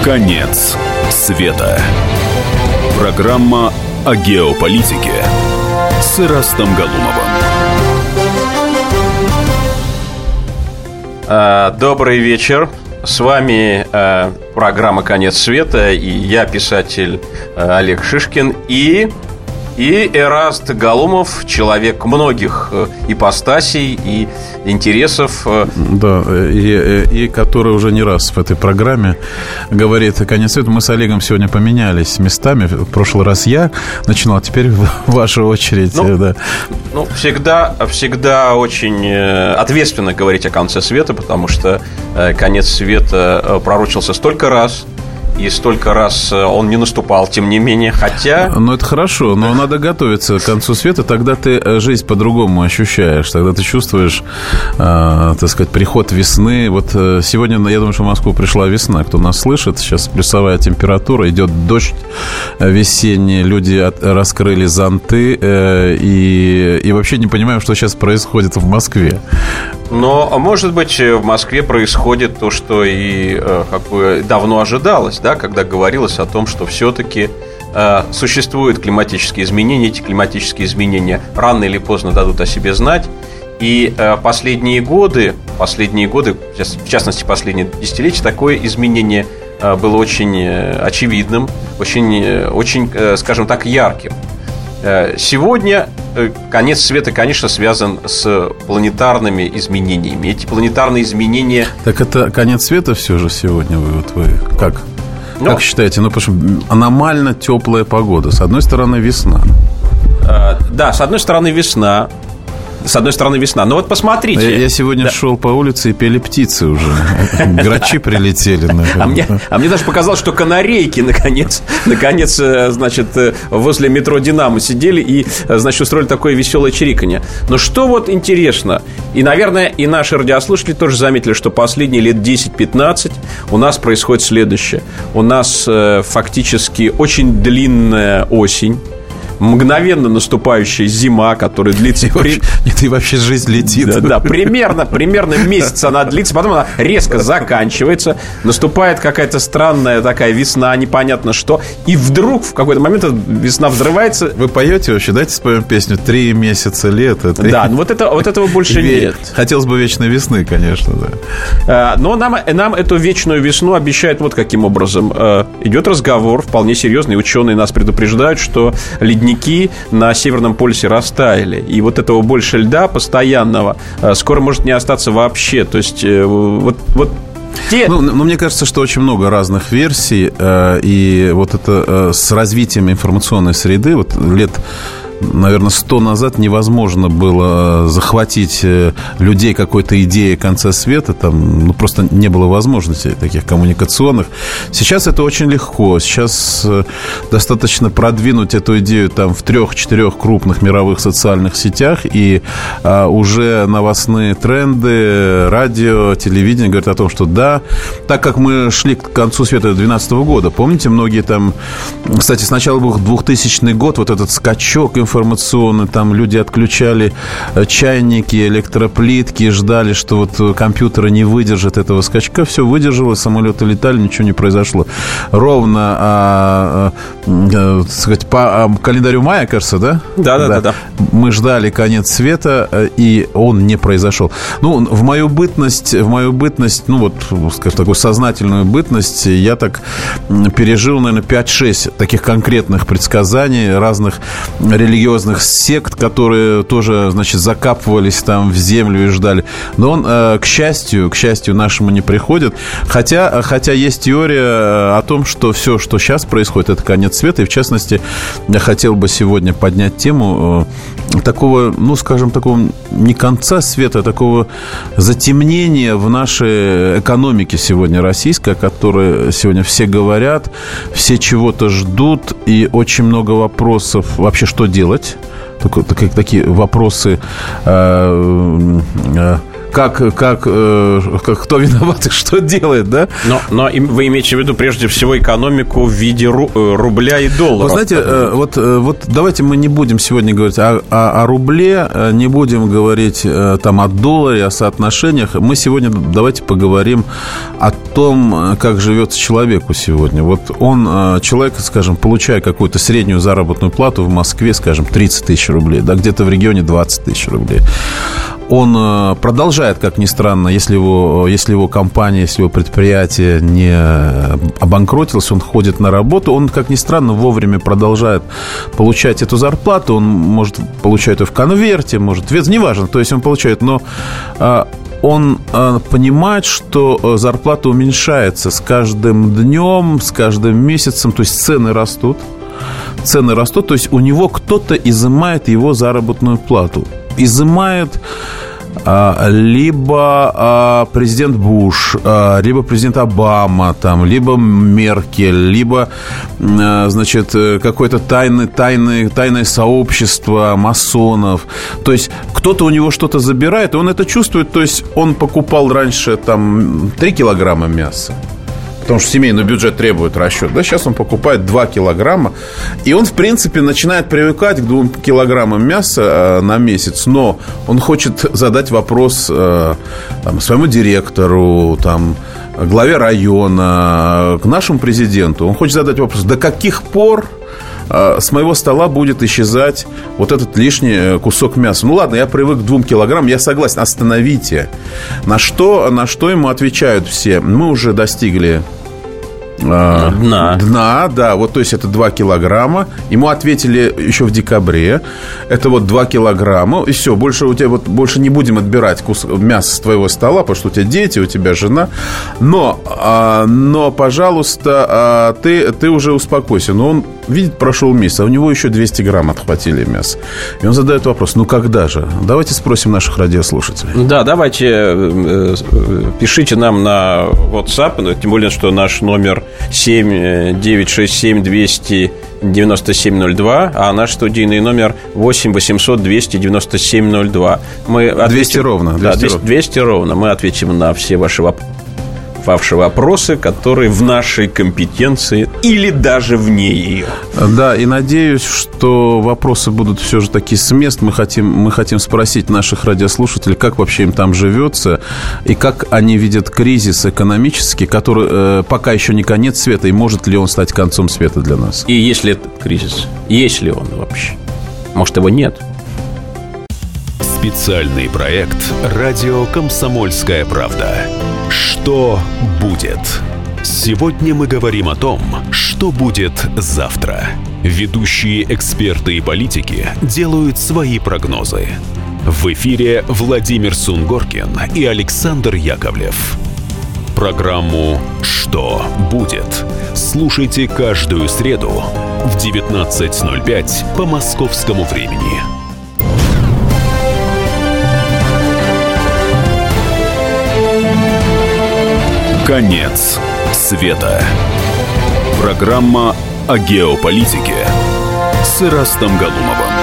Конец света. Программа о геополитике с Ирастом Галумовым. Добрый вечер. С вами программа «Конец света», и я, писатель Олег Шишкин, и Ираст Галумов, человек многих ипостасей и интересов. Да, и который уже не раз в этой программе говорит «Конец света». Мы с Олегом сегодня поменялись местами. В прошлый раз я начинал, теперь ваша очередь. Всегда очень ответственно говорить о конце света, потому что конец света пророчился столько раз, и столько раз он не наступал, тем не менее, хотя... Ну, это хорошо, но надо готовиться к концу света, тогда ты жизнь по-другому ощущаешь, тогда ты чувствуешь, так сказать, приход весны. Вот сегодня, я думаю, что в Москву пришла весна, кто нас слышит, сейчас плюсовая температура, идет дождь весенний, люди раскрыли зонты, и вообще не понимаем, что сейчас происходит в Москве. Но, может быть, в Москве происходит то, что и как бы давно ожидалось, да, когда говорилось о том, что все-таки существуют климатические изменения. Эти климатические изменения рано или поздно дадут о себе знать. И последние годы, в частности, последние десятилетия, такое изменение было очень очевидным, очень, скажем так, ярким. Сегодня конец света, конечно, связан с планетарными изменениями. Эти планетарные изменения... Так это конец света все же сегодня вы как? Как считаете? Потому что аномально теплая погода. С одной стороны, весна. Да, с одной стороны, весна. Но вот посмотрите. Я сегодня шел по улице, и пели птицы уже. Грачи прилетели. А мне даже показалось, что канарейки наконец, значит, возле метро «Динамо» сидели и, значит, устроили такое веселое чириканье. Но что вот интересно, и, наверное, и наши радиослушатели тоже заметили, что последние лет 10-15 у нас происходит следующее. У нас фактически очень длинная осень, мгновенно наступающая зима, которая длится... И вообще жизнь летит. Да, примерно месяц она длится, потом она резко заканчивается, наступает какая-то странная такая весна, непонятно что, и вдруг в какой-то момент весна взрывается. Вы поете вообще? Дайте споем песню «3 месяца лета». Да, вот этого больше нет. Хотелось бы вечной весны, конечно, да. Но нам эту вечную весну обещают вот каким образом. Идет разговор, вполне серьезный, ученые нас предупреждают, что ледники на Северном полюсе растаяли. И вот этого больше льда постоянного скоро может не остаться вообще. То есть мне кажется, что очень много разных версий. И вот это с развитием информационной среды, вот лет, наверное, 100 назад невозможно было захватить людей какой-то идеей конца света. Там, просто не было возможностей таких коммуникационных. Сейчас это очень легко. Сейчас достаточно продвинуть эту идею там в 3-4 крупных мировых социальных сетях, и уже новостные тренды, радио, телевидение говорят о том, что да, так как мы шли к концу света 2012 года, помните, многие там, кстати, сначала был 2000 год, вот этот скачок информационный, там люди отключали чайники, электроплитки, ждали, что вот компьютеры не выдержат этого скачка. Все выдержало, самолеты летали, ничего не произошло. Ровно, так сказать, по календарю мая, кажется, да? Да. Мы ждали конец света, и он не произошел. В мою бытность, скажем, такую сознательную бытность, я так пережил, наверное, 5-6 таких конкретных предсказаний разных религиозных сект, которые тоже, значит, закапывались там в землю и ждали. Но он, к счастью нашему не приходит. Хотя есть теория о том, что все, что сейчас происходит, это конец света. И, в частности, я хотел бы сегодня поднять тему такого, скажем, такого не конца света, а такого затемнения в нашей экономике сегодня российской, о которой сегодня все говорят, все чего-то ждут, и очень много вопросов вообще, что делать. Такие вопросы кто виноват и что делает, да? Но вы имеете в виду прежде всего экономику в виде рубля и доллара. Вы знаете, вот давайте мы не будем сегодня говорить о рубле, не будем говорить там о долларе, о соотношениях. Мы сегодня давайте поговорим о том, как живется человеку сегодня. Вот человек, скажем, получая какую-то среднюю заработную плату в Москве, скажем, 30 тысяч рублей, да, где-то в регионе 20 тысяч рублей. Он продолжает, как ни странно, если его компания, если его предприятие не обанкротилось, он ходит на работу, он, как ни странно, вовремя продолжает получать эту зарплату, он может получать ее в конверте, неважно, то есть он получает, но он понимает, что зарплата уменьшается с каждым днем, с каждым месяцем, то есть цены растут, то есть у него кто-то изымает его заработную плату. Изымает либо президент Буш, либо президент Обама, там, либо Меркель, либо, значит, какое-то тайное сообщество масонов. То есть кто-то у него что-то забирает, и он это чувствует. То есть он покупал раньше там 3 килограмма мяса, потому что семейный бюджет требует расчет. Да, сейчас он покупает 2 килограмма. И он, в принципе, начинает привыкать к 2 килограммам мяса на месяц. Но он хочет задать вопрос там, своему директору, там, главе района, к нашему президенту. Он хочет задать вопрос: до каких пор с моего стола будет исчезать вот этот лишний кусок мяса? Ну ладно, я привык к 2 килограммам, я согласен, остановите. На что ему отвечают все? Мы уже достигли дна, да, вот, то есть это 2 килограмма. Ему ответили еще в декабре. Это вот 2 килограмма. И все, больше не будем отбирать мясо с твоего стола, потому что у тебя дети, у тебя жена. Но пожалуйста, ты уже успокойся. Но он, видит, прошел месяц, а у него еще 200 грамм отхватили мяса. И он задает вопрос: ну когда же? Давайте спросим наших радиослушателей. Да, давайте пишите нам на WhatsApp, тем более, что наш номер 7-967-297-02, а наш студийный номер 8-800-297-02. 200 ровно. 200 ровно. Мы ответим на все ваши вопросы, которые в нашей компетенции или даже вне ее. Да, и надеюсь, что вопросы будут все же такие с мест. Мы хотим спросить наших радиослушателей, как вообще им там живется, и как они видят кризис экономический, который пока еще не конец света, и может ли он стать концом света для нас. И есть ли этот кризис? Есть ли он вообще? Может, его нет? Специальный проект «Радио Комсомольская правда». Что будет? Сегодня мы говорим о том, что будет завтра. Ведущие эксперты и политики делают свои прогнозы. В эфире Владимир Сунгоркин и Александр Яковлев. Программу «Что будет?» слушайте каждую среду в 19:05 по московскому времени. Конец света. Программа о геополитике с Ирастом Галумовым.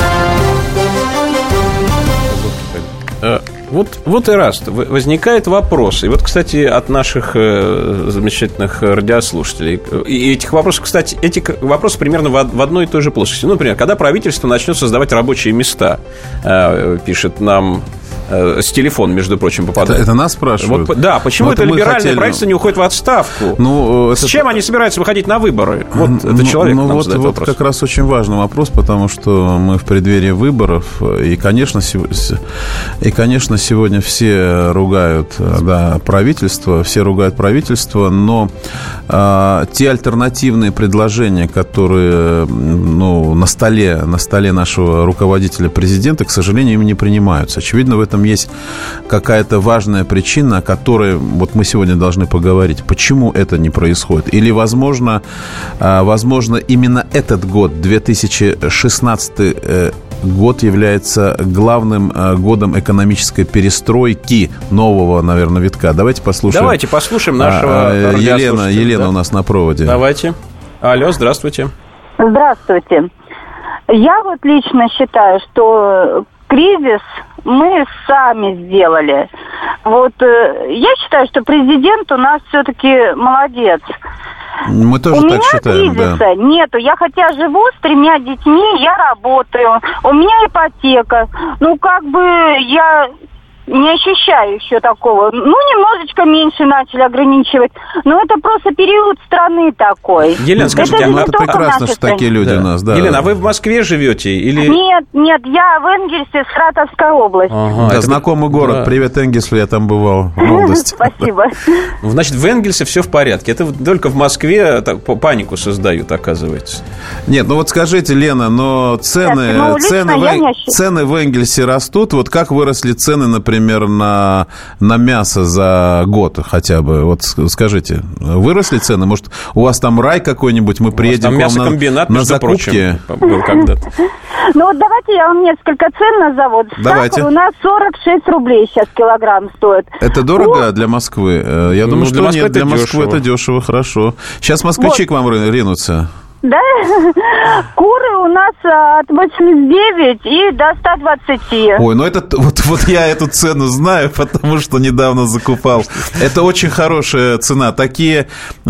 Вот, Ираст, возникает вопрос. И вот, кстати, от наших замечательных радиослушателей. И этих вопросов, кстати, эти вопросы примерно в одной и той же плоскости. Ну, например, когда правительство начнет создавать рабочие места, пишет нам... С телефона, между прочим, попадает. Это нас спрашивают? Вот, да, почему это либеральное правительство не уходит в отставку? С чем они собираются выходить на выборы? Вот это человек нам задает вопрос. Вот как раз очень важный вопрос, потому что мы в преддверии выборов, и, конечно, сегодня все ругают правительство, но те альтернативные предложения, которые на столе нашего руководителя президента, к сожалению, им не принимаются. Очевидно, в этом есть какая-то важная причина, о которой вот мы сегодня должны поговорить. Почему это не происходит? Или, возможно, именно этот год, 2016 год, является главным годом экономической перестройки нового, наверное, витка. Давайте послушаем нашего Елена у нас на проводе. Давайте. Алло, здравствуйте. Здравствуйте. Я вот лично считаю, что кризис мы сами сделали. Вот я считаю, что президент у нас все-таки молодец. Мы тоже так считаем, у меня кризиса нету. Я хотя живу с 3 детьми, я работаю, у меня ипотека. Ну, как бы я не ощущаю еще такого. Ну, немножечко меньше начали ограничивать. Но это просто период страны такой. Елена, скажите, это прекрасно, что такие люди у нас, да. Елена, а вы в Москве живете? Или... Нет, я в Энгельсе, Саратовская область. Ага, да, знакомый город. Да. Привет, Энгельсу, я там бывал в молодости. Спасибо. Значит, в Энгельсе все в порядке. Это только в Москве панику создают, оказывается. Нет, ну вот скажите, Лена, но цены в Энгельсе растут. Вот как выросли цены, например, на мясо за год хотя бы? Вот скажите, выросли цены? Может, у вас там рай какой-нибудь? Мы приедем к вам на закупки? Был когда-то. Ну вот давайте я вам несколько цен назову. Сахар у нас 46 рублей сейчас килограмм стоит. Это дорого для Москвы? Я думаю, что нет, для Москвы это дешево, хорошо. Сейчас москвичи к вам ринутся. Да? Куры у нас от 89 и до 120. Ой, ну это вот я эту цену знаю, потому что недавно закупал. Это очень хорошая цена. Такие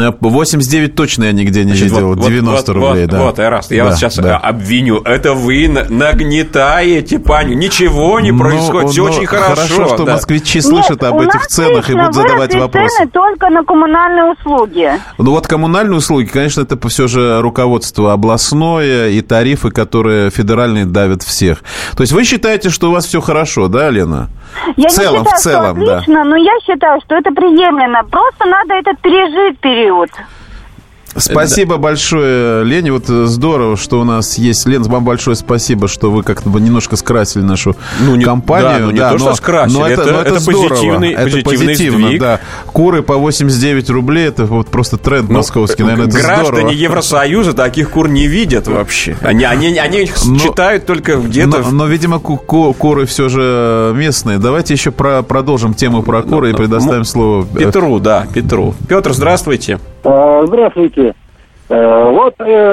89 точно я нигде не видел. 90 рублей, да. Вот, я вас сейчас обвиню. Это вы нагнетаете паню. Ничего не происходит, все очень хорошо. Хорошо, что москвичи слышат об этих ценах и будут задавать вопросы. Цены только на коммунальные услуги. Ну вот коммунальные услуги, конечно, это все же руководство областное и тарифы, которые федеральные давят всех. То есть вы считаете, что у вас все хорошо, да, Лена? Я не считаю, что отлично, но я считаю, что это приемлемо. Просто надо этот пережить период. Спасибо большое, Лене. Вот здорово, что у нас есть. Лен, вам большое спасибо, что вы как-то немножко скрасили нашу компанию. Не то, что скрасили, это позитивный сдвиг. Да. Куры по 89 рублей, это вот просто тренд московский, наверное, это граждане здорово. Граждане Евросоюза таких кур не видят вообще. Они их читают только где-то. Но, видимо, куры все же местные. Давайте еще продолжим тему про куры и предоставим слово Петру. Петр, здравствуйте. Здравствуйте. Вот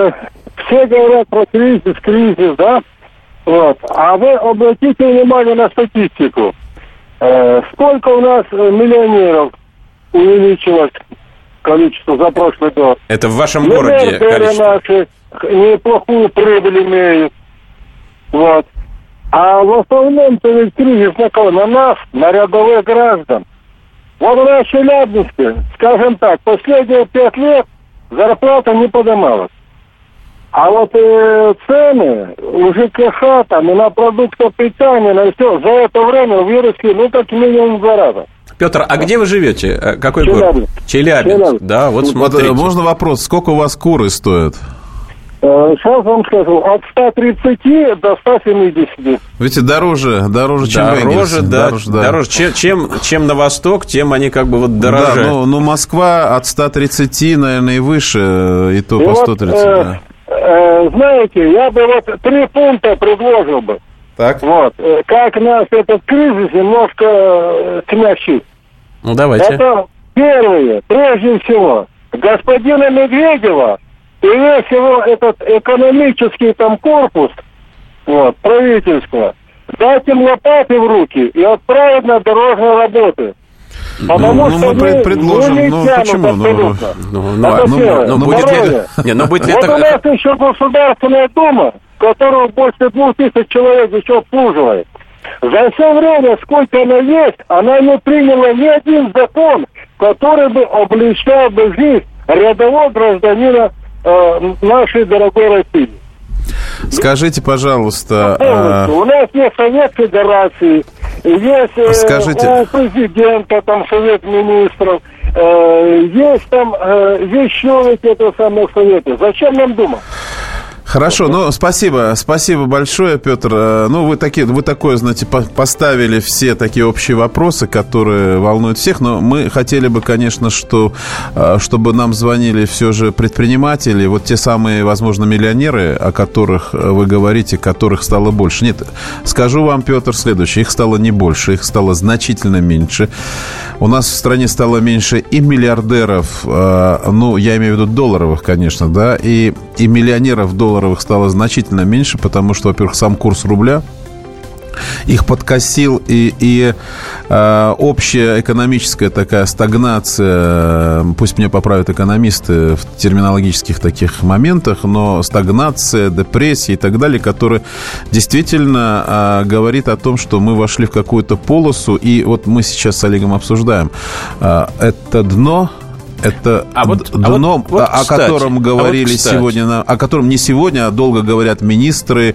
все говорят про кризис, да? Вот. А вы обратите внимание на статистику. Сколько у нас миллионеров увеличилось количество за прошлый год? Это в вашем городе количество? Наши неплохую прибыль имеют. Вот. А в основном-то ведь кризис на кого? На нас, на рядовых граждан. Вот у нас в Челябинске, скажем так, последние 5 лет зарплата не поднималась. А вот цены у ЖКХ там и на продукты питания, на все, за это время выросли, как минимум в 2 раза. Петр, а где вы живете? Какой город? Челябинск. Да, вот смотрите. Можно вопрос, сколько у вас куры стоят? Сейчас вам скажу, от 130 до 170. Видите, дороже, чем в Энгельсе. Дороже. Чем на восток, тем они как бы вот дороже. Да, но Москва от 130, наверное, и выше, и то по 130, да. Знаете, я бы вот 3 пункта предложил бы. Так. Вот. Как нас этот кризис немножко смягчить. Ну, давайте. Это первое, прежде всего, господина Медведева и весь его этот экономический там корпус, вот, правительства, дать им лопаты в руки и отправить на дорожные работы. Потому что мы предложим, почему? Будет ли вот у нас еще Государственная Дума, которую больше 2000 человек еще обслуживает. За все время, сколько она есть, она не приняла ни один закон, который бы облегчал бы жизнь рядового гражданина нашей дорогой России. Скажите, пожалуйста... У нас есть Совет Федерации, есть у президента там Совет Министров, есть там еще эти самые советы. Зачем нам Дума? Хорошо, спасибо большое, Петр. Вы такое, знаете, поставили все такие общие вопросы, которые волнуют всех, но мы хотели бы, конечно, чтобы нам звонили все же предприниматели, вот те самые, возможно, миллионеры, о которых вы говорите, которых стало больше. Нет, скажу вам, Петр, следующее. Их стало не больше, их стало значительно меньше. У нас в стране стало меньше и миллиардеров, я имею в виду долларовых, конечно, да, и миллионеров долларовых стало значительно меньше, потому что, во-первых, сам курс рубля их подкосил и общая экономическая такая стагнация, пусть меня поправят экономисты в терминологических таких моментах, но стагнация, депрессия и так далее, которая действительно говорит о том, что мы вошли в какую-то полосу, и вот мы сейчас с Олегом обсуждаем, это дно. Это дно, о котором говорили сегодня, о котором не сегодня, а долго говорят министры,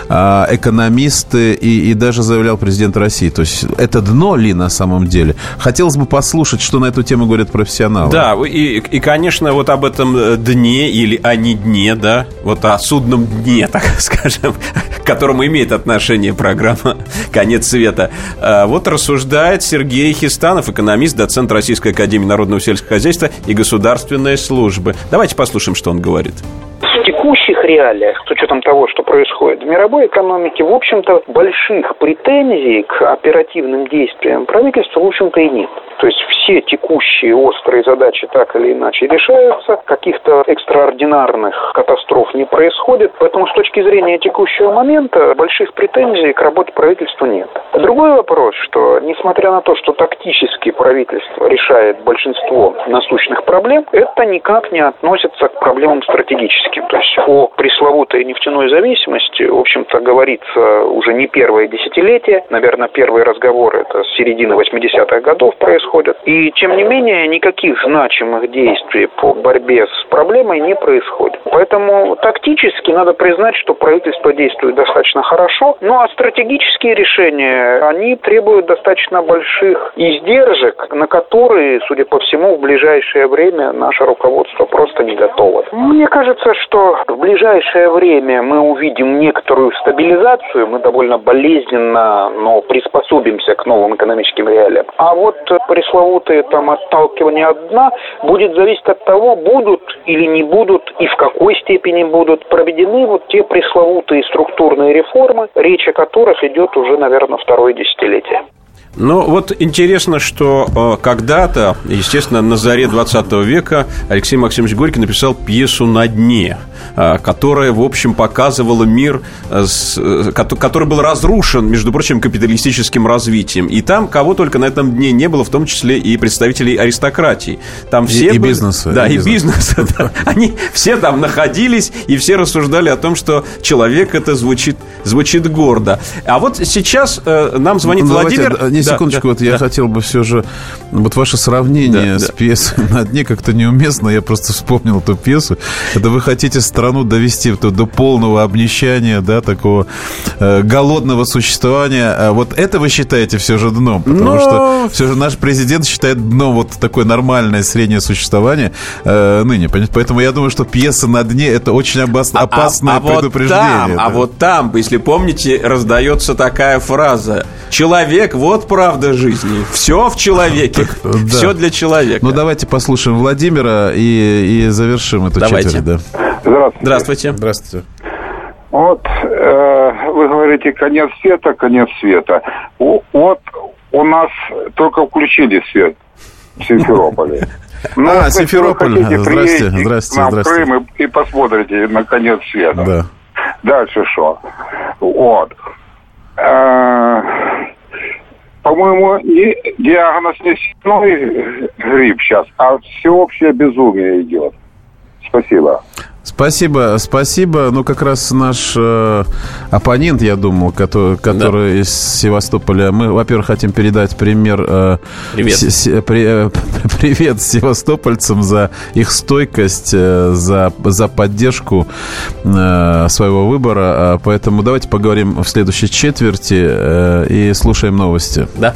экономисты и даже заявлял президент России. То есть это дно ли на самом деле? Хотелось бы послушать, что на эту тему говорят профессионалы. Да, и конечно, вот об этом дне или о не дне, да, вот о судном дне, так скажем, к которому имеет отношение программа «Конец света». Вот рассуждает Сергей Хистанов, экономист, доцент Российской академии народного сельского хозяйства и государственной службы. Давайте послушаем, что он говорит. В текущих реалиях, с учетом того, что происходит в мировой экономике, в общем-то, больших претензий к оперативным действиям правительства, в общем-то, и нет. То есть все текущие острые задачи так или иначе решаются, каких-то экстраординарных катастроф не происходит, поэтому с точки зрения текущего момента больших претензий к работе правительства нет. Другой вопрос, что несмотря на то, что тактически правительство решает большинство насущных проблем, это никак не относится к проблемам стратегическим. То есть о пресловутой нефтяной зависимости, в общем-то, говорится уже не первое десятилетие, наверное, первые разговоры это с середины 80-х годов происходят. И, тем не менее, никаких значимых действий по борьбе с проблемой не происходит. Поэтому тактически надо признать, что правительство действует достаточно хорошо, ну а стратегические решения, они требуют достаточно больших издержек, на которые, судя по всему, в ближайшее время наше руководство просто не готово. Мне кажется, что в ближайшее время мы увидим некоторую стабилизацию, мы довольно болезненно, но приспособимся к новым экономическим реалиям. А вот пресловутые там отталкивания от дна будет зависеть от того, будут или не будут и в какой степени будут проведены вот те пресловутые структурные реформы, речь о которых идет уже, наверное, второе десятилетие. Ну, вот интересно, что когда-то, естественно, на заре 20 века Алексей Максимович Горький написал пьесу «На дне», которая, в общем, показывала мир, который был разрушен, между прочим, капиталистическим развитием. И там кого только на этом дне не было, в том числе и представителей аристократии. Там все были, бизнеса. Да, и бизнеса. Да. Они все там находились, и все рассуждали о том, что человек это звучит гордо. А вот сейчас нам звонит Владимир... Секундочку, я хотел бы все же... Вот ваше сравнение с пьесой «На дне» как-то неуместно. Я просто вспомнил эту пьесу. Это вы хотите страну довести до полного обнищания, да, такого голодного существования. Вот это вы считаете все же дном? Потому что все же наш президент считает дном вот такое нормальное среднее существование ныне. Поэтому я думаю, что пьеса «На дне» — это очень опасное предупреждение. Вот там, если помните, раздается такая фраза: «Человек, вот правда жизни. Все в человеке. Все для человека». Ну, давайте послушаем Владимира и завершим эту четверть. Да. Здравствуйте. Здравствуйте. Вот вы говорите конец света. Вот у нас только включили свет в Симферополе. Симферополь. Здрасте. В Крым и посмотрите на конец света. Да. Дальше что? Вот. По-моему, диагноз не сильный грипп сейчас, а всеобщее безумие идет. Спасибо. Спасибо. Ну, как раз наш оппонент, я думал, который из Севастополя. Мы, во-первых, хотим передать привет севастопольцам за их стойкость, за поддержку своего выбора. Поэтому давайте поговорим в следующей четверти и слушаем новости. Да.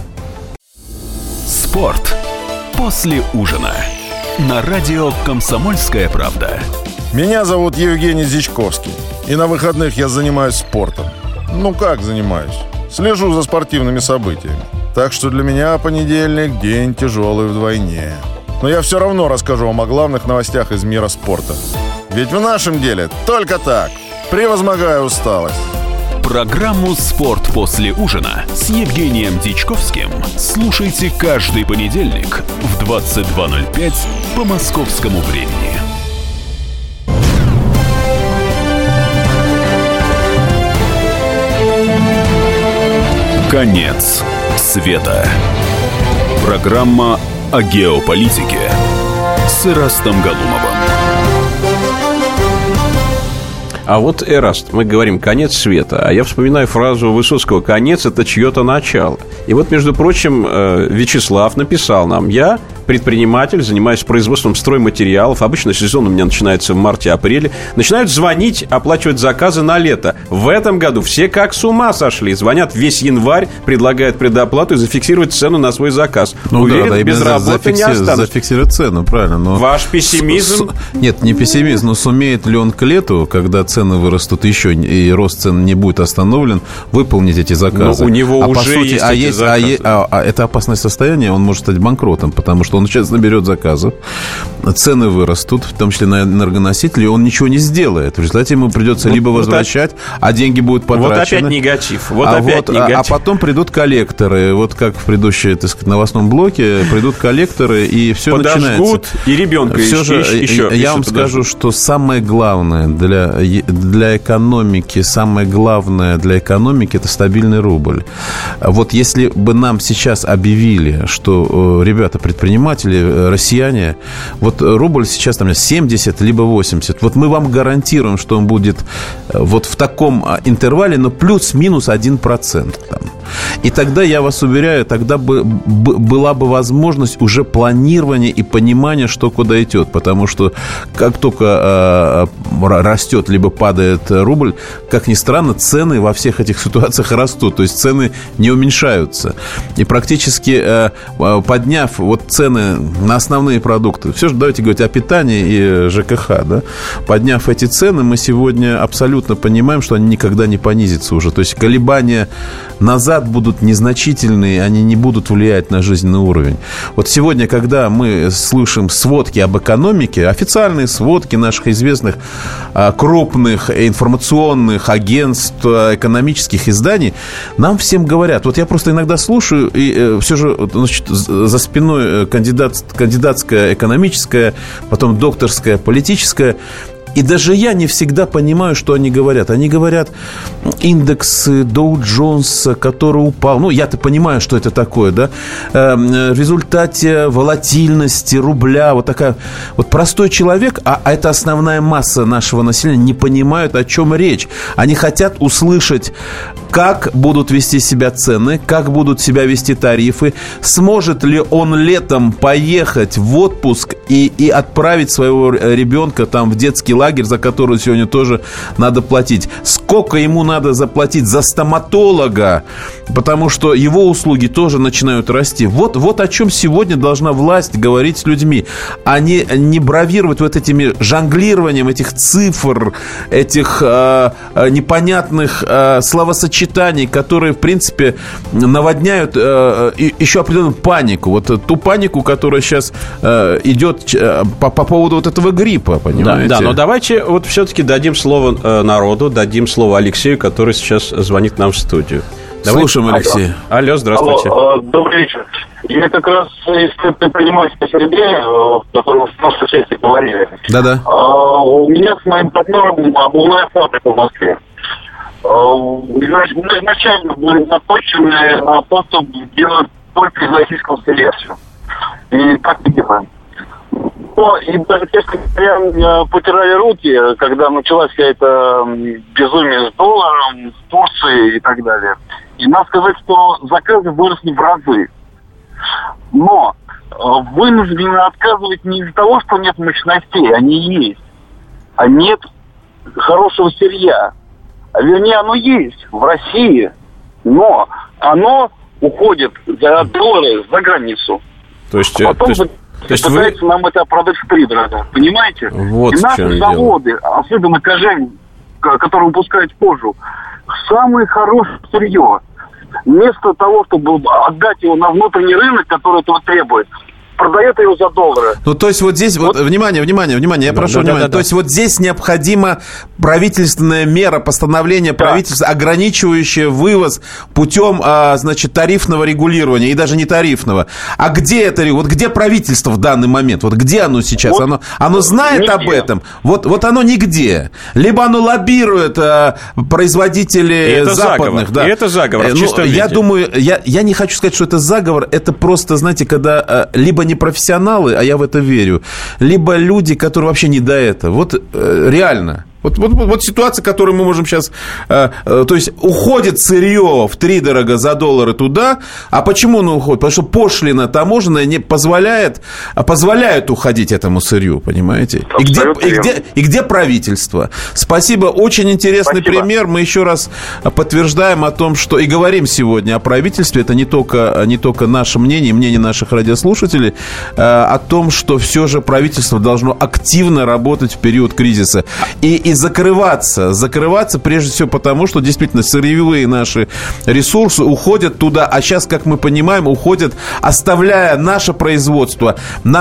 Спорт после ужина на радио «Комсомольская правда». Меня зовут Евгений Зичковский, и на выходных я занимаюсь спортом. Ну как занимаюсь? Слежу за спортивными событиями. Так что для меня понедельник – день тяжелый вдвойне. Но я все равно расскажу вам о главных новостях из мира спорта. Ведь в нашем деле только так, превозмогая усталость. Программу «Спорт после ужина» с Евгением Дичковским слушайте каждый понедельник в 22:05 по московскому времени. Конец света. Программа о геополитике с Эрастом Галумовым. А вот, Эраст, мы говорим «конец света», а я вспоминаю фразу Высоцкого «конец – это чье-то начало». И вот, между прочим, Вячеслав написал нам: «Я предприниматель, занимаюсь производством стройматериалов. Обычно сезон у меня начинается в марте-апреле. Начинают звонить, оплачивать заказы на лето. В этом году все как с ума сошли. Звонят весь январь, предлагают предоплату и зафиксировать цену на свой заказ. Уверен, без работы не останусь». Зафиксировать цену, правильно. Но ваш пессимизм? Нет, не пессимизм, но сумеет ли он к лету, когда цены вырастут еще и рост цен не будет остановлен, выполнить эти заказы? Но у него уже есть эти заказы. Это опасное состояние, он может стать банкротом, потому что он сейчас наберет заказов, цены вырастут, в том числе на энергоносители, он ничего не сделает. В результате ему придется либо возвращать, а деньги будут потрачены. Вот опять негатив. А потом придут коллекторы. Вот как в предыдущем, так сказать, новостном блоке придут коллекторы, и все начинается. Подожгут, и ребенка все еще. Я вам скажу, что самое главное для экономики, это стабильный рубль. Вот если бы нам сейчас объявили, что, ребята, предприниматели, россияне, вот рубль сейчас там 70 либо 80, вот мы вам гарантируем, что он будет вот в таком интервале, но плюс-минус 1%. Там. И тогда, я вас уверяю, тогда была бы возможность уже планирования и понимания, что куда идет. Потому что как только растет либо падает рубль, как ни странно, цены во всех этих ситуациях растут. То есть цены не уменьшаются. И практически подняв вот цены на основные продукты, все же давайте говорить о питании и ЖКХ, да? Подняв эти цены, мы сегодня абсолютно понимаем, что они никогда не понизятся уже. То есть колебания назад будут незначительные, они не будут влиять на жизненный уровень. Вот сегодня, когда мы слышим сводки об экономике, официальные сводки наших известных крупных информационных агентств, экономических изданий, нам всем говорят, вот я просто иногда слушаю, и все же, значит, за спиной кандидатская экономическая, потом докторская политическая. И даже я не всегда понимаю, что они говорят. Они говорят индексы Доу Джонса, который упал. Ну, я-то понимаю, что это такое, да? В результате волатильности рубля, вот такая... Вот простой человек, а это основная масса нашего населения, не понимают, о чем речь. Они хотят услышать, как будут вести себя цены, как будут себя вести тарифы, сможет ли он летом поехать в отпуск и отправить своего ребенка там в детский лагерь, за который сегодня тоже надо платить. Сколько ему надо заплатить за стоматолога, потому что его услуги тоже начинают расти. Вот о чем сегодня должна власть говорить с людьми, а не бравировать вот этими жонглированием этих цифр, этих непонятных словосочетаний, которые, в принципе, наводняют еще определенную панику. Вот ту панику, которая сейчас идет по поводу вот этого гриппа, понимаете? Да, но давайте вот все-таки дадим слово народу, дадим слово Алексею, который сейчас звонит нам в студию. Слушаем, Алексей. Алло, здравствуйте. Добрый вечер. Я как раз из предпринимательской среды, о которой вы в прошлой части говорили. Да-да. У меня с моим партнером обувная фабрика в Москве. Изначально были заточены на то, чтобы делать только из российского сырья все. И так не делаем. И даже, честно говоря, потирали руки, когда началась вся эта безумие с долларом, с Турцией и так далее. И надо сказать, что заказы выросли в разы. Но вынуждены отказывать не из-за того, что нет мощностей, они есть. А нет хорошего сырья. А вернее, оно есть в России, но оно уходит за доллары за границу. То есть, пытается нам это продать втридорога, понимаете? Вот и наши заводы, особенно Кожань, которые выпускают кожу, самое хорошее сырье. Вместо того, чтобы отдать его на внутренний рынок, который этого требует, продает его за доллары. Ну, то есть вот здесь, вот, внимание, я прошу внимания. То есть вот здесь необходимо правительственная мера, постановление правительства, ограничивающее вывоз путем, значит, тарифного регулирования, и даже не тарифного. А где это? Вот где правительство в данный момент? Вот где оно сейчас? Вот, оно знает нигде об этом? Вот оно нигде. Либо оно лоббирует производителей западных. Да. И это заговор в чистом виде. Я думаю, я не хочу сказать, что это заговор. Это просто, знаете, когда либо не профессионалы, а я в это верю, либо люди, которые вообще не до этого. Вот реально. Вот ситуация, которую мы можем сейчас... то есть, уходит сырье втридорого за доллары туда. А почему оно уходит? Потому что пошлина таможенная не позволяет уходить этому сырью, понимаете? И где правительство? Спасибо. Очень интересный пример. Мы еще раз подтверждаем о том, что... И говорим сегодня о правительстве. Это не только наше мнение, мнение наших радиослушателей. О том, что все же правительство должно активно работать в период кризиса. И закрываться прежде всего потому, что действительно сырьевые наши ресурсы уходят туда, а сейчас, как мы понимаем, уходят, оставляя наше производство,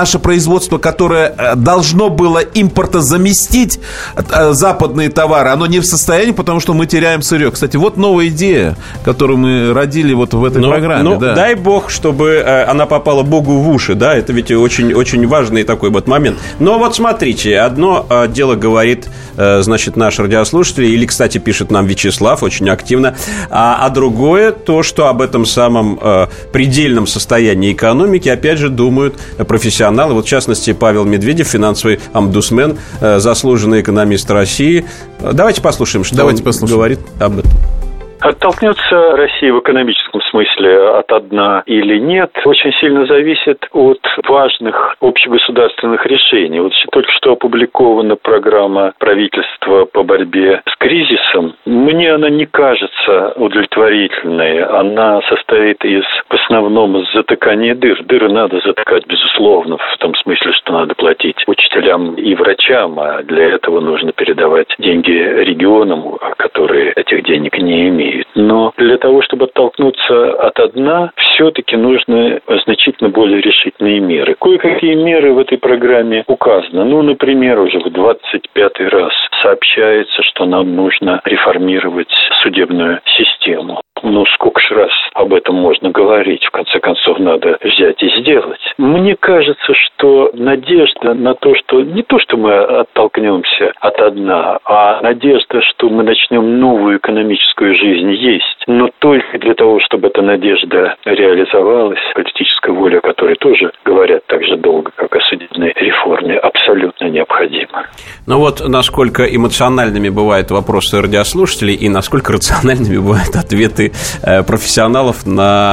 которое должно было импортозаместить западные товары, оно не в состоянии, потому что мы теряем сырье. Кстати, вот новая идея, которую мы родили вот в этой программе. Да. Дай бог, чтобы она попала Богу в уши, да, это ведь очень, очень важный такой вот момент. Но вот смотрите, одно дело говорит, значит, наш радиослушатель, или, кстати, пишет нам Вячеслав очень активно, а другое, то, что об этом самом предельном состоянии экономики, опять же, думают профессионалы. Вот, в частности, Павел Медведев, финансовый омбудсмен, заслуженный экономист России. Давайте послушаем, что он говорит об этом. Оттолкнется Россия в экономическом смысле от дна или нет, очень сильно зависит от важных общегосударственных решений. Вот только что опубликована программа правительства по борьбе с кризисом. Мне она не кажется удовлетворительной. Она состоит в основном из затыкания дыр. Дыры надо затыкать, безусловно, в том смысле, что надо платить учителям и врачам, а для этого нужно передавать деньги регионам, которые этих денег не имеют. Но для того, чтобы оттолкнуться от дна, все-таки нужны значительно более решительные меры. Кое-какие меры в этой программе указаны. Например, уже в 25-й раз сообщается, что нам нужно реформировать судебную систему. Сколько ж раз об этом можно говорить? В конце концов, надо взять и сделать. Мне кажется, что надежда на то, что не то, что мы оттолкнемся от дна, а надежда, что мы начнем новую экономическую жизнь, есть. Но только для того, чтобы эта надежда реализовалась, политическая воля, о которой тоже говорят так же долго, как о судебной реформе, абсолютно необходима. Насколько эмоциональными бывают вопросы радиослушателей и насколько рациональными бывают ответы профессионалов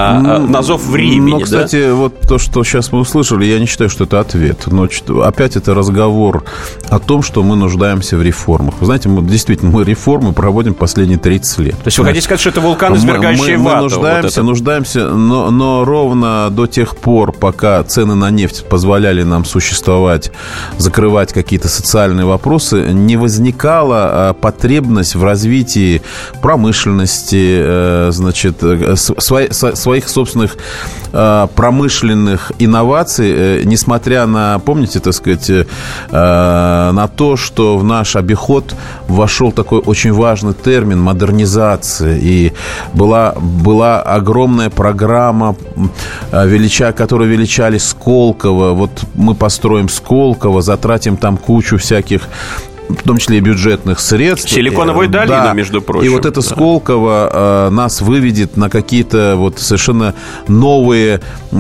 на зов времени. Кстати, вот то, что сейчас мы услышали, я не считаю, что это ответ. Но опять это разговор о том, что мы нуждаемся в реформах. Вы знаете, мы реформы проводим последние 30 лет. То есть вы хотите сказать, что это вулкан, извергающий вату? Мы нуждаемся, но ровно до тех пор, пока цены на нефть позволяли нам существовать, закрывать какие-то социальные вопросы, не возникала потребность в развитии промышленности, своих собственных промышленных инноваций, несмотря на, помните, так сказать, на то, что в наш обиход вошел такой очень важный термин модернизация, и была огромная программа, которую величали Сколково. Вот мы построим Сколково, затратим там кучу всяких, в том числе и бюджетных средств. Силиконовую долину, между прочим. И вот это Сколково нас выведет на какие-то совершенно новые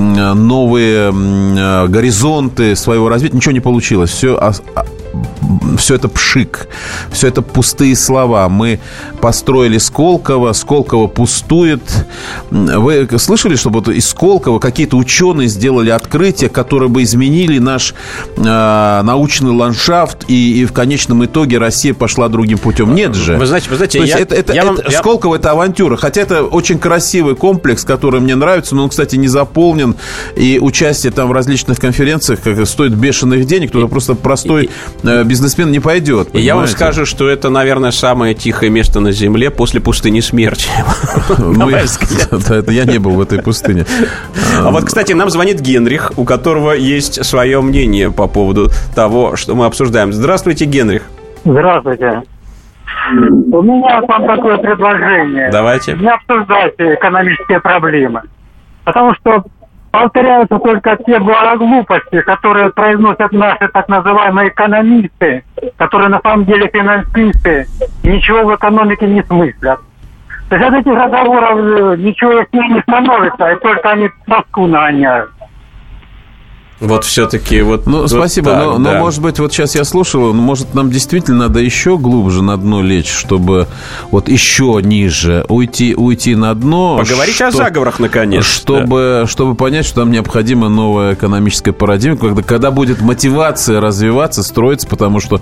горизонты своего развития. Ничего не получилось. Все это пшик, все это пустые слова. Мы построили Сколково пустует. Вы слышали, что из Сколково какие-то ученые сделали открытия, которые бы изменили наш научный ландшафт, и в конечном итоге Россия пошла другим путем? Нет же. Вы знаете, Сколково – это авантюра. Хотя это очень красивый комплекс, который мне нравится, но он, кстати, не заполнен, и участие там в различных конференциях стоит бешеных денег, туда просто простой бизнесмен не пойдет. И я вам скажу, что это, наверное, самое тихое место на Земле после пустыни смерти. Это я не был в этой пустыне. А вот, кстати, нам звонит Генрих, у которого есть свое мнение по поводу того, что мы обсуждаем. Здравствуйте, Генрих. Здравствуйте. У меня к вам такое предложение. Давайте. Не обсуждайте экономические проблемы. Потому что повторяются только те глупости, которые произносят наши так называемые экономисты, которые на самом деле финансисты, и ничего в экономике не смыслят. То есть от этих разговоров ничего яснее не становится, и только они тоску нагоняют. Вот все-таки вот... Ну, вот спасибо, так, но, может быть, вот сейчас я слушал, может, нам действительно надо еще глубже на дно лечь, чтобы вот еще ниже уйти на дно. Поговорить о заговорах, наконец. Чтобы понять, что нам необходима новая экономическая парадигма, когда будет мотивация развиваться, строиться, потому что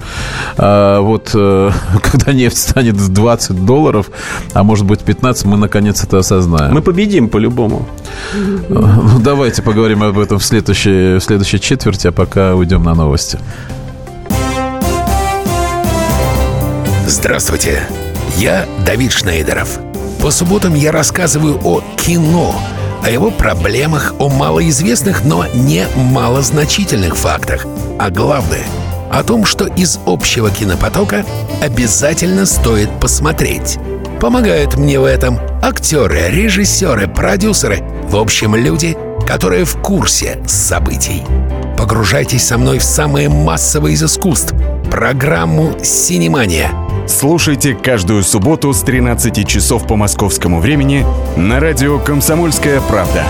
когда нефть станет в $20, а может быть 15, мы наконец это осознаем. Мы победим по-любому. Ну, давайте поговорим об этом в следующей четверти, а пока уйдем на новости. Здравствуйте, я Давид Шнейдеров. По субботам я рассказываю о кино, о его проблемах, о малоизвестных, но не малозначительных фактах. А главное, о том, что из общего кинопотока обязательно стоит посмотреть. Помогают мне в этом актеры, режиссеры, продюсеры, в общем, люди, которые в курсе событий. Погружайтесь со мной в самое массовое из искусств — программу «Синемания». Слушайте каждую субботу с 13 часов по московскому времени на радио «Комсомольская правда».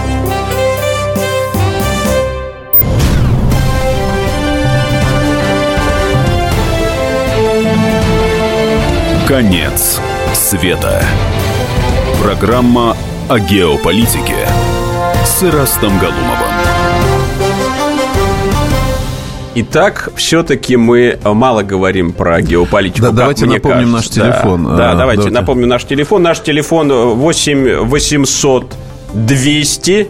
Конец света. Программа о геополитике с Ирастом Галумовым. Итак, все-таки мы мало говорим про геополитику. Да, давайте напомним наш телефон. Да, давайте напомним наш телефон. Наш телефон 8 800 200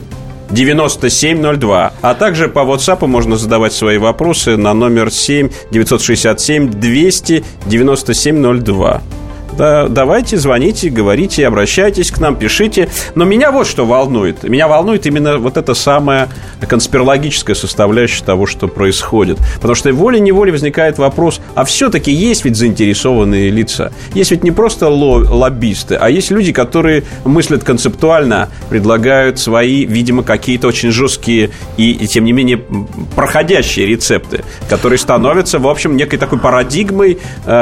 9702. А также по WhatsApp можно задавать свои вопросы на номер 7 967 200 9702. Да, давайте, звоните, говорите, обращайтесь к нам, пишите. Но меня вот что волнует. Меня волнует именно вот эта самая конспирологическая составляющая того, что происходит. Потому что волей-неволей возникает вопрос, а все-таки есть ведь заинтересованные лица? Есть ведь не просто лоббисты, а есть люди, которые мыслят концептуально, предлагают свои, видимо, какие-то очень жесткие и тем не менее, проходящие рецепты, которые становятся, в общем, некой такой парадигмой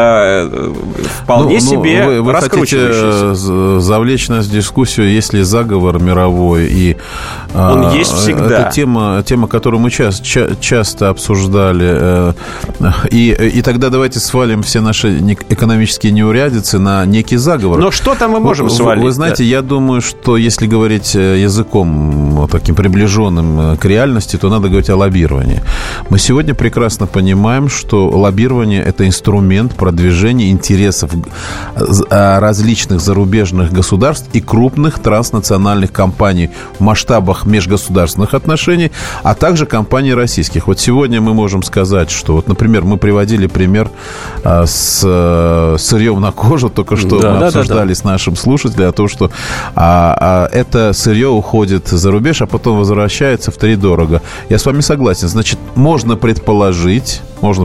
вполне себе вы хотите завлечь нас в дискуссию, есть ли заговор мировой, и он есть всегда. Это тема, которую мы часто обсуждали, и тогда давайте свалим все наши экономические неурядицы на некий заговор. Но что-то мы можем свалить. Вы знаете, я думаю, что если говорить языком таким приближенным к реальности, то надо говорить о лоббировании. Мы сегодня прекрасно понимаем, что лоббирование – это инструмент продвижения интересов различных зарубежных государств и крупных транснациональных компаний в масштабах межгосударственных отношений, а также компаний российских. Вот сегодня мы можем сказать, что, вот, например, мы приводили пример с сырьем на кожу, только что мы обсуждали с нашим слушателем о том, что это сырье уходит за рубеж, а потом возвращается втридорого. Я с вами согласен. Значит, можно предположить,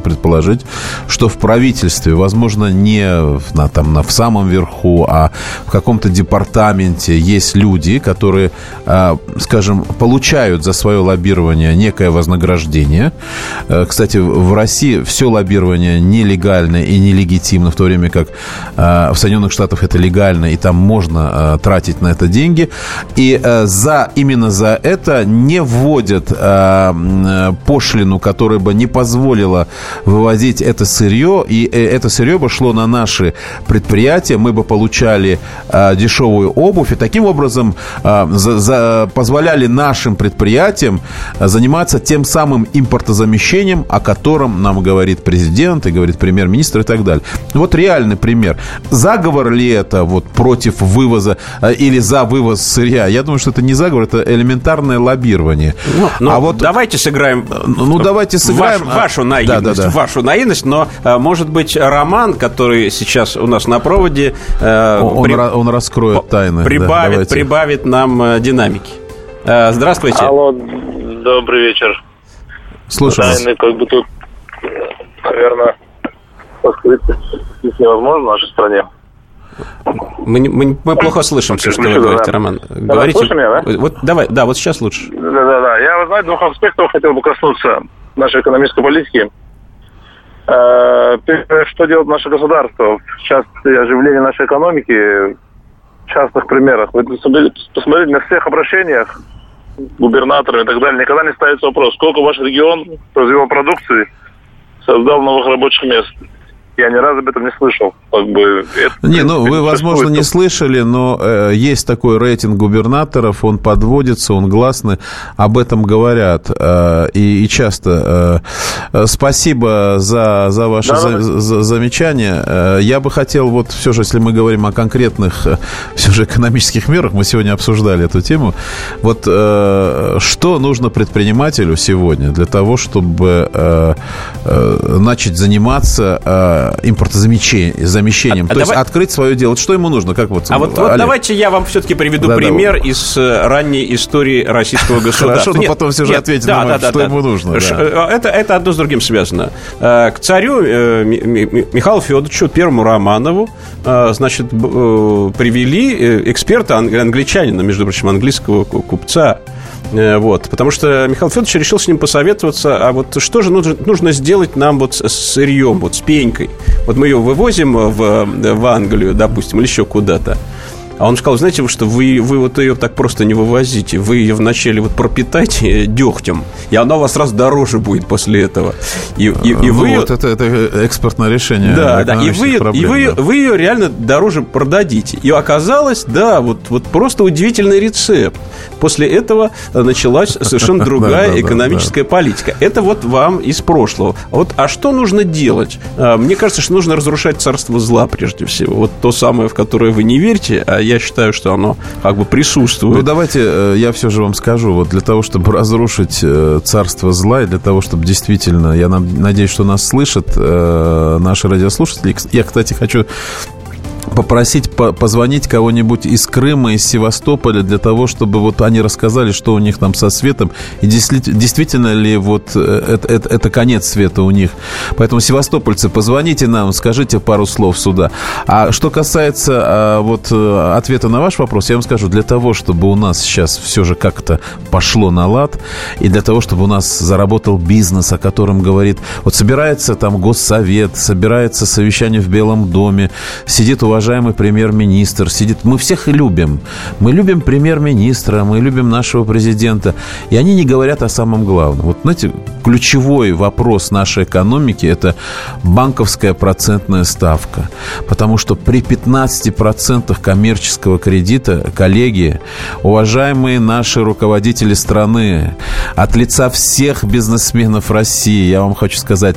что в правительстве, возможно, не в самом верху, а в каком-то департаменте есть люди, которые, скажем, получают за свое лоббирование некое вознаграждение. Кстати, в России все лоббирование нелегально и нелегитимно, в то время как в Соединенных Штатах это легально, и там можно тратить на это деньги. И именно за это не вводят пошлину, которая бы не позволила вывозить это сырье, и это сырье бы шло на наши предприятия, мы бы получали дешевую обувь, и таким образом позволяли нашим предприятиям заниматься тем самым импортозамещением, о котором нам говорит президент и говорит премьер-министр и так далее. Вот реальный пример. Заговор ли это вот против вывоза или за вывоз сырья? Я думаю, что это не заговор, это элементарное лоббирование. Давайте сыграем вашу наивность, но, может быть, Роман, который сейчас у нас на проводе, он раскроет тайны. Прибавит нам динамики. Здравствуйте. Алло, добрый вечер. Слушаю вас. Тайны как бы тут, наверное, раскрыть невозможно в нашей стране. Мы плохо слышим все, что вы говорите, Роман. Говорите. Слышим меня, да? Вот давай, да, вот сейчас лучше. Да. Я, вы знаете, двух аспектов хотел бы коснуться нашей экономической политики. Первое, что делает наше государство в частности оживления нашей экономики, в частных примерах. Вы посмотрите, на всех обращениях губернаторами и так далее никогда не ставится вопрос, сколько ваш регион развивал продукции, создал новых рабочих мест. Я ни разу об этом не слышал. Вы, возможно, не слышали, но есть такой рейтинг губернаторов, он подводится, он гласный, об этом говорят. И часто. Спасибо за ваше замечание. Я бы хотел, вот все же, если мы говорим о конкретных все же экономических мерах, мы сегодня обсуждали эту тему, вот что нужно предпринимателю сегодня для того, чтобы начать заниматься импортозамещением. То есть открыть свое дело. Что ему нужно? Как вот давайте я вам все-таки приведу пример из ранней истории российского государства. Хорошо, но потом все же ответить на вопрос, что ему нужно. Это одно с другим связано. К царю Михаилу Федоровичу Первому Романову, значит, привели эксперта, англичанина, между прочим, английского купца. Вот, потому что Михаил Федорович решил с ним посоветоваться, а вот что же нужно сделать нам вот с сырьем, вот с пенькой. Вот мы ее вывозим в Англию, допустим, или еще куда-то. А он сказал, знаете, что вы вот ее так просто не вывозите. Вы ее вначале вот пропитайте дегтем, и она у вас раз дороже будет после этого. И вы вот это экспортное решение. Да, и вы ее реально дороже продадите. И оказалось, вот просто удивительный рецепт. После этого началась совершенно другая экономическая политика. Это вот вам из прошлого. А что нужно делать? Мне кажется, что нужно разрушать царство зла прежде всего. Вот то самое, в которое вы не верите, а я считаю, что оно как бы присутствует. Ну, давайте я все же вам скажу. Вот для того, чтобы разрушить царство зла, и для того, чтобы действительно, я надеюсь, что нас слышат наши радиослушатели. Я, кстати, хочу попросить позвонить кого-нибудь из Крыма, из Севастополя, для того, чтобы вот они рассказали, что у них там со светом, и действительно ли вот это конец света у них. Поэтому, севастопольцы, позвоните нам, скажите пару слов сюда. А что касается ответа на ваш вопрос, я вам скажу, для того, чтобы у нас сейчас все же как-то пошло на лад, и для того, чтобы у нас заработал бизнес, о котором говорит, вот собирается там Госсовет, собирается совещание в Белом доме, сидит уважаемый премьер-министр, сидит... Мы всех и любим. Мы любим премьер-министра, мы любим нашего президента. И они не говорят о самом главном. Вот, знаете, ключевой вопрос нашей экономики – это банковская процентная ставка. Потому что при 15% коммерческого кредита, коллеги, уважаемые наши руководители страны, от лица всех бизнесменов России, я вам хочу сказать,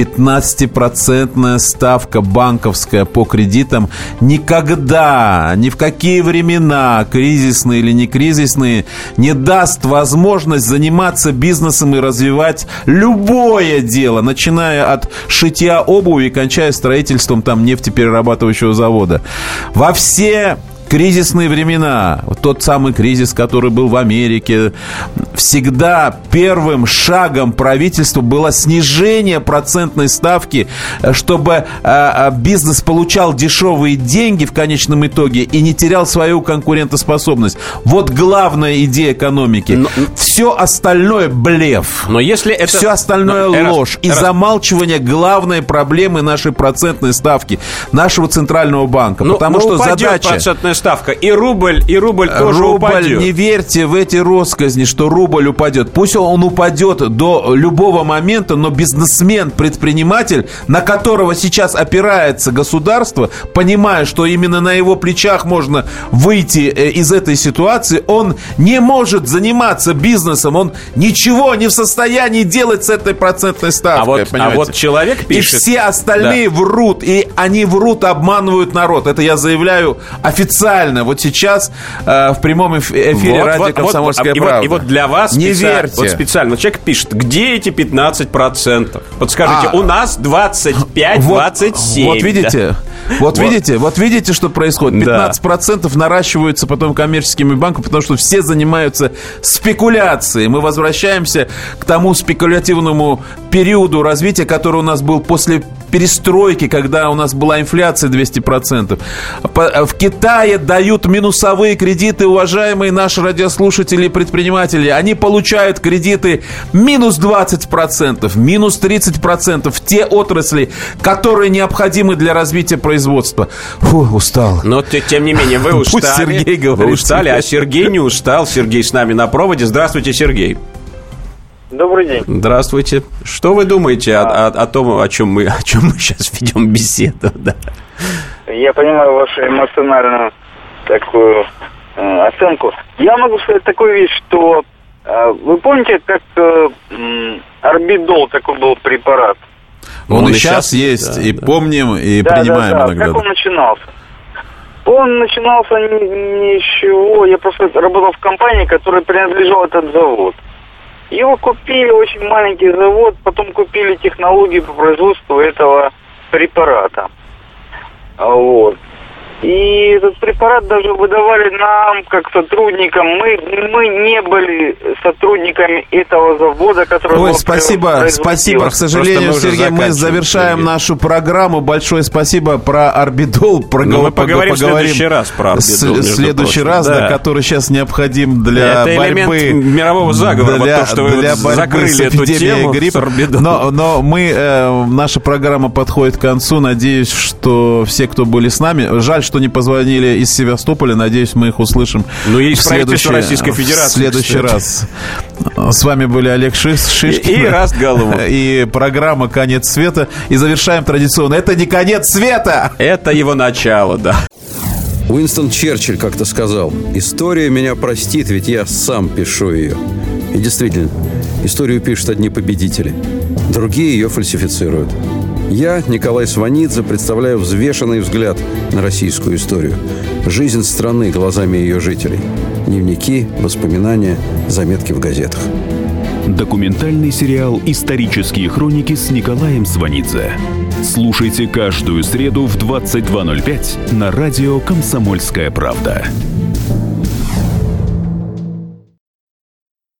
15% ставка банковская по кредитам никогда, ни в какие времена, кризисные или не кризисные, не даст возможность заниматься бизнесом и развивать любое дело, начиная от шитья обуви и кончая строительством там нефтеперерабатывающего завода. Во все кризисные времена, вот тот самый кризис, который был в Америке, всегда первым шагом правительства было снижение процентной ставки, чтобы бизнес получал дешевые деньги в конечном итоге и не терял свою конкурентоспособность. Вот главная идея экономики. Все остальное блеф. Но если это... Все остальное ложь. И замалчивание главной проблемы нашей процентной ставки, нашего центрального банка. Потому что задача... ставка. И рубль тоже упадет. Не верьте в эти россказни, что рубль упадет. Пусть он упадет до любого момента, но бизнесмен, предприниматель, на которого сейчас опирается государство, понимая, что именно на его плечах можно выйти из этой ситуации, он не может заниматься бизнесом, он ничего не в состоянии делать с этой процентной ставкой. А вот человек пишет... И все остальные врут, и они врут, обманывают народ. Это я заявляю официально. Вот сейчас в прямом эфире радио «Комсомольская правда». И вот для вас не верьте. Вот специально человек пишет, где эти 15%? Подскажите, у нас 25-27. Вот видите, что происходит? 15% наращиваются потом коммерческими банками, потому что все занимаются спекуляцией. Мы возвращаемся к тому спекулятивному периоду развития, который у нас был после перестройке, когда у нас была инфляция 200%. В Китае дают минусовые кредиты, уважаемые наши радиослушатели и предприниматели. Они получают кредиты минус 20%, минус 30% в те отрасли, которые необходимы для развития производства. Фу, устал. Но, тем не менее, вы устали. Пусть Сергей говорит. Вы устали, а Сергей не устал. Сергей с нами на проводе. Здравствуйте, Сергей. Добрый день. Здравствуйте. Что вы думаете о том, о чем мы сейчас ведем беседу? Да. Я понимаю вашу эмоциональную такую оценку. Я могу сказать такую вещь, что вы помните, как Арбидол такой был препарат? Он и сейчас есть, да, и помним, и принимаем иногда. Как он начинался? Он начинался ничего. Я просто работал в компании, которой принадлежал этот завод. Его купили, очень маленький завод, потом купили технологии по производству этого препарата. Вот. И этот препарат даже выдавали нам, как сотрудникам. Мы не были сотрудниками этого завода, который... Ой, спасибо. К сожалению, Сергей, мы завершаем нашу программу. Большое спасибо про Арбидол. Мы поговорим в следующий раз про Арбидол. В следующий раз, да, который сейчас необходим для борьбы... Это элемент мирового заговора, то, что вы закрыли эту тему с Арбидолом. Но наша программа подходит к концу. Надеюсь, что все, кто были с нами... Жаль, что не позвонили из Севастополя. Надеюсь, мы их услышим в следующий раз. С вами были Олег Шишкин и Раст Галумов. И программа «Конец света». И завершаем традиционно. Это не конец света! Это его начало, да. Уинстон Черчилль как-то сказал: «История меня простит, ведь я сам пишу ее». И действительно, историю пишут одни победители. Другие ее фальсифицируют. Я, Николай Сванидзе, представляю взвешенный взгляд на российскую историю. Жизнь страны глазами ее жителей. Дневники, воспоминания, заметки в газетах. Документальный сериал «Исторические хроники» с Николаем Сванидзе. Слушайте каждую среду в 22:05 на радио «Комсомольская правда».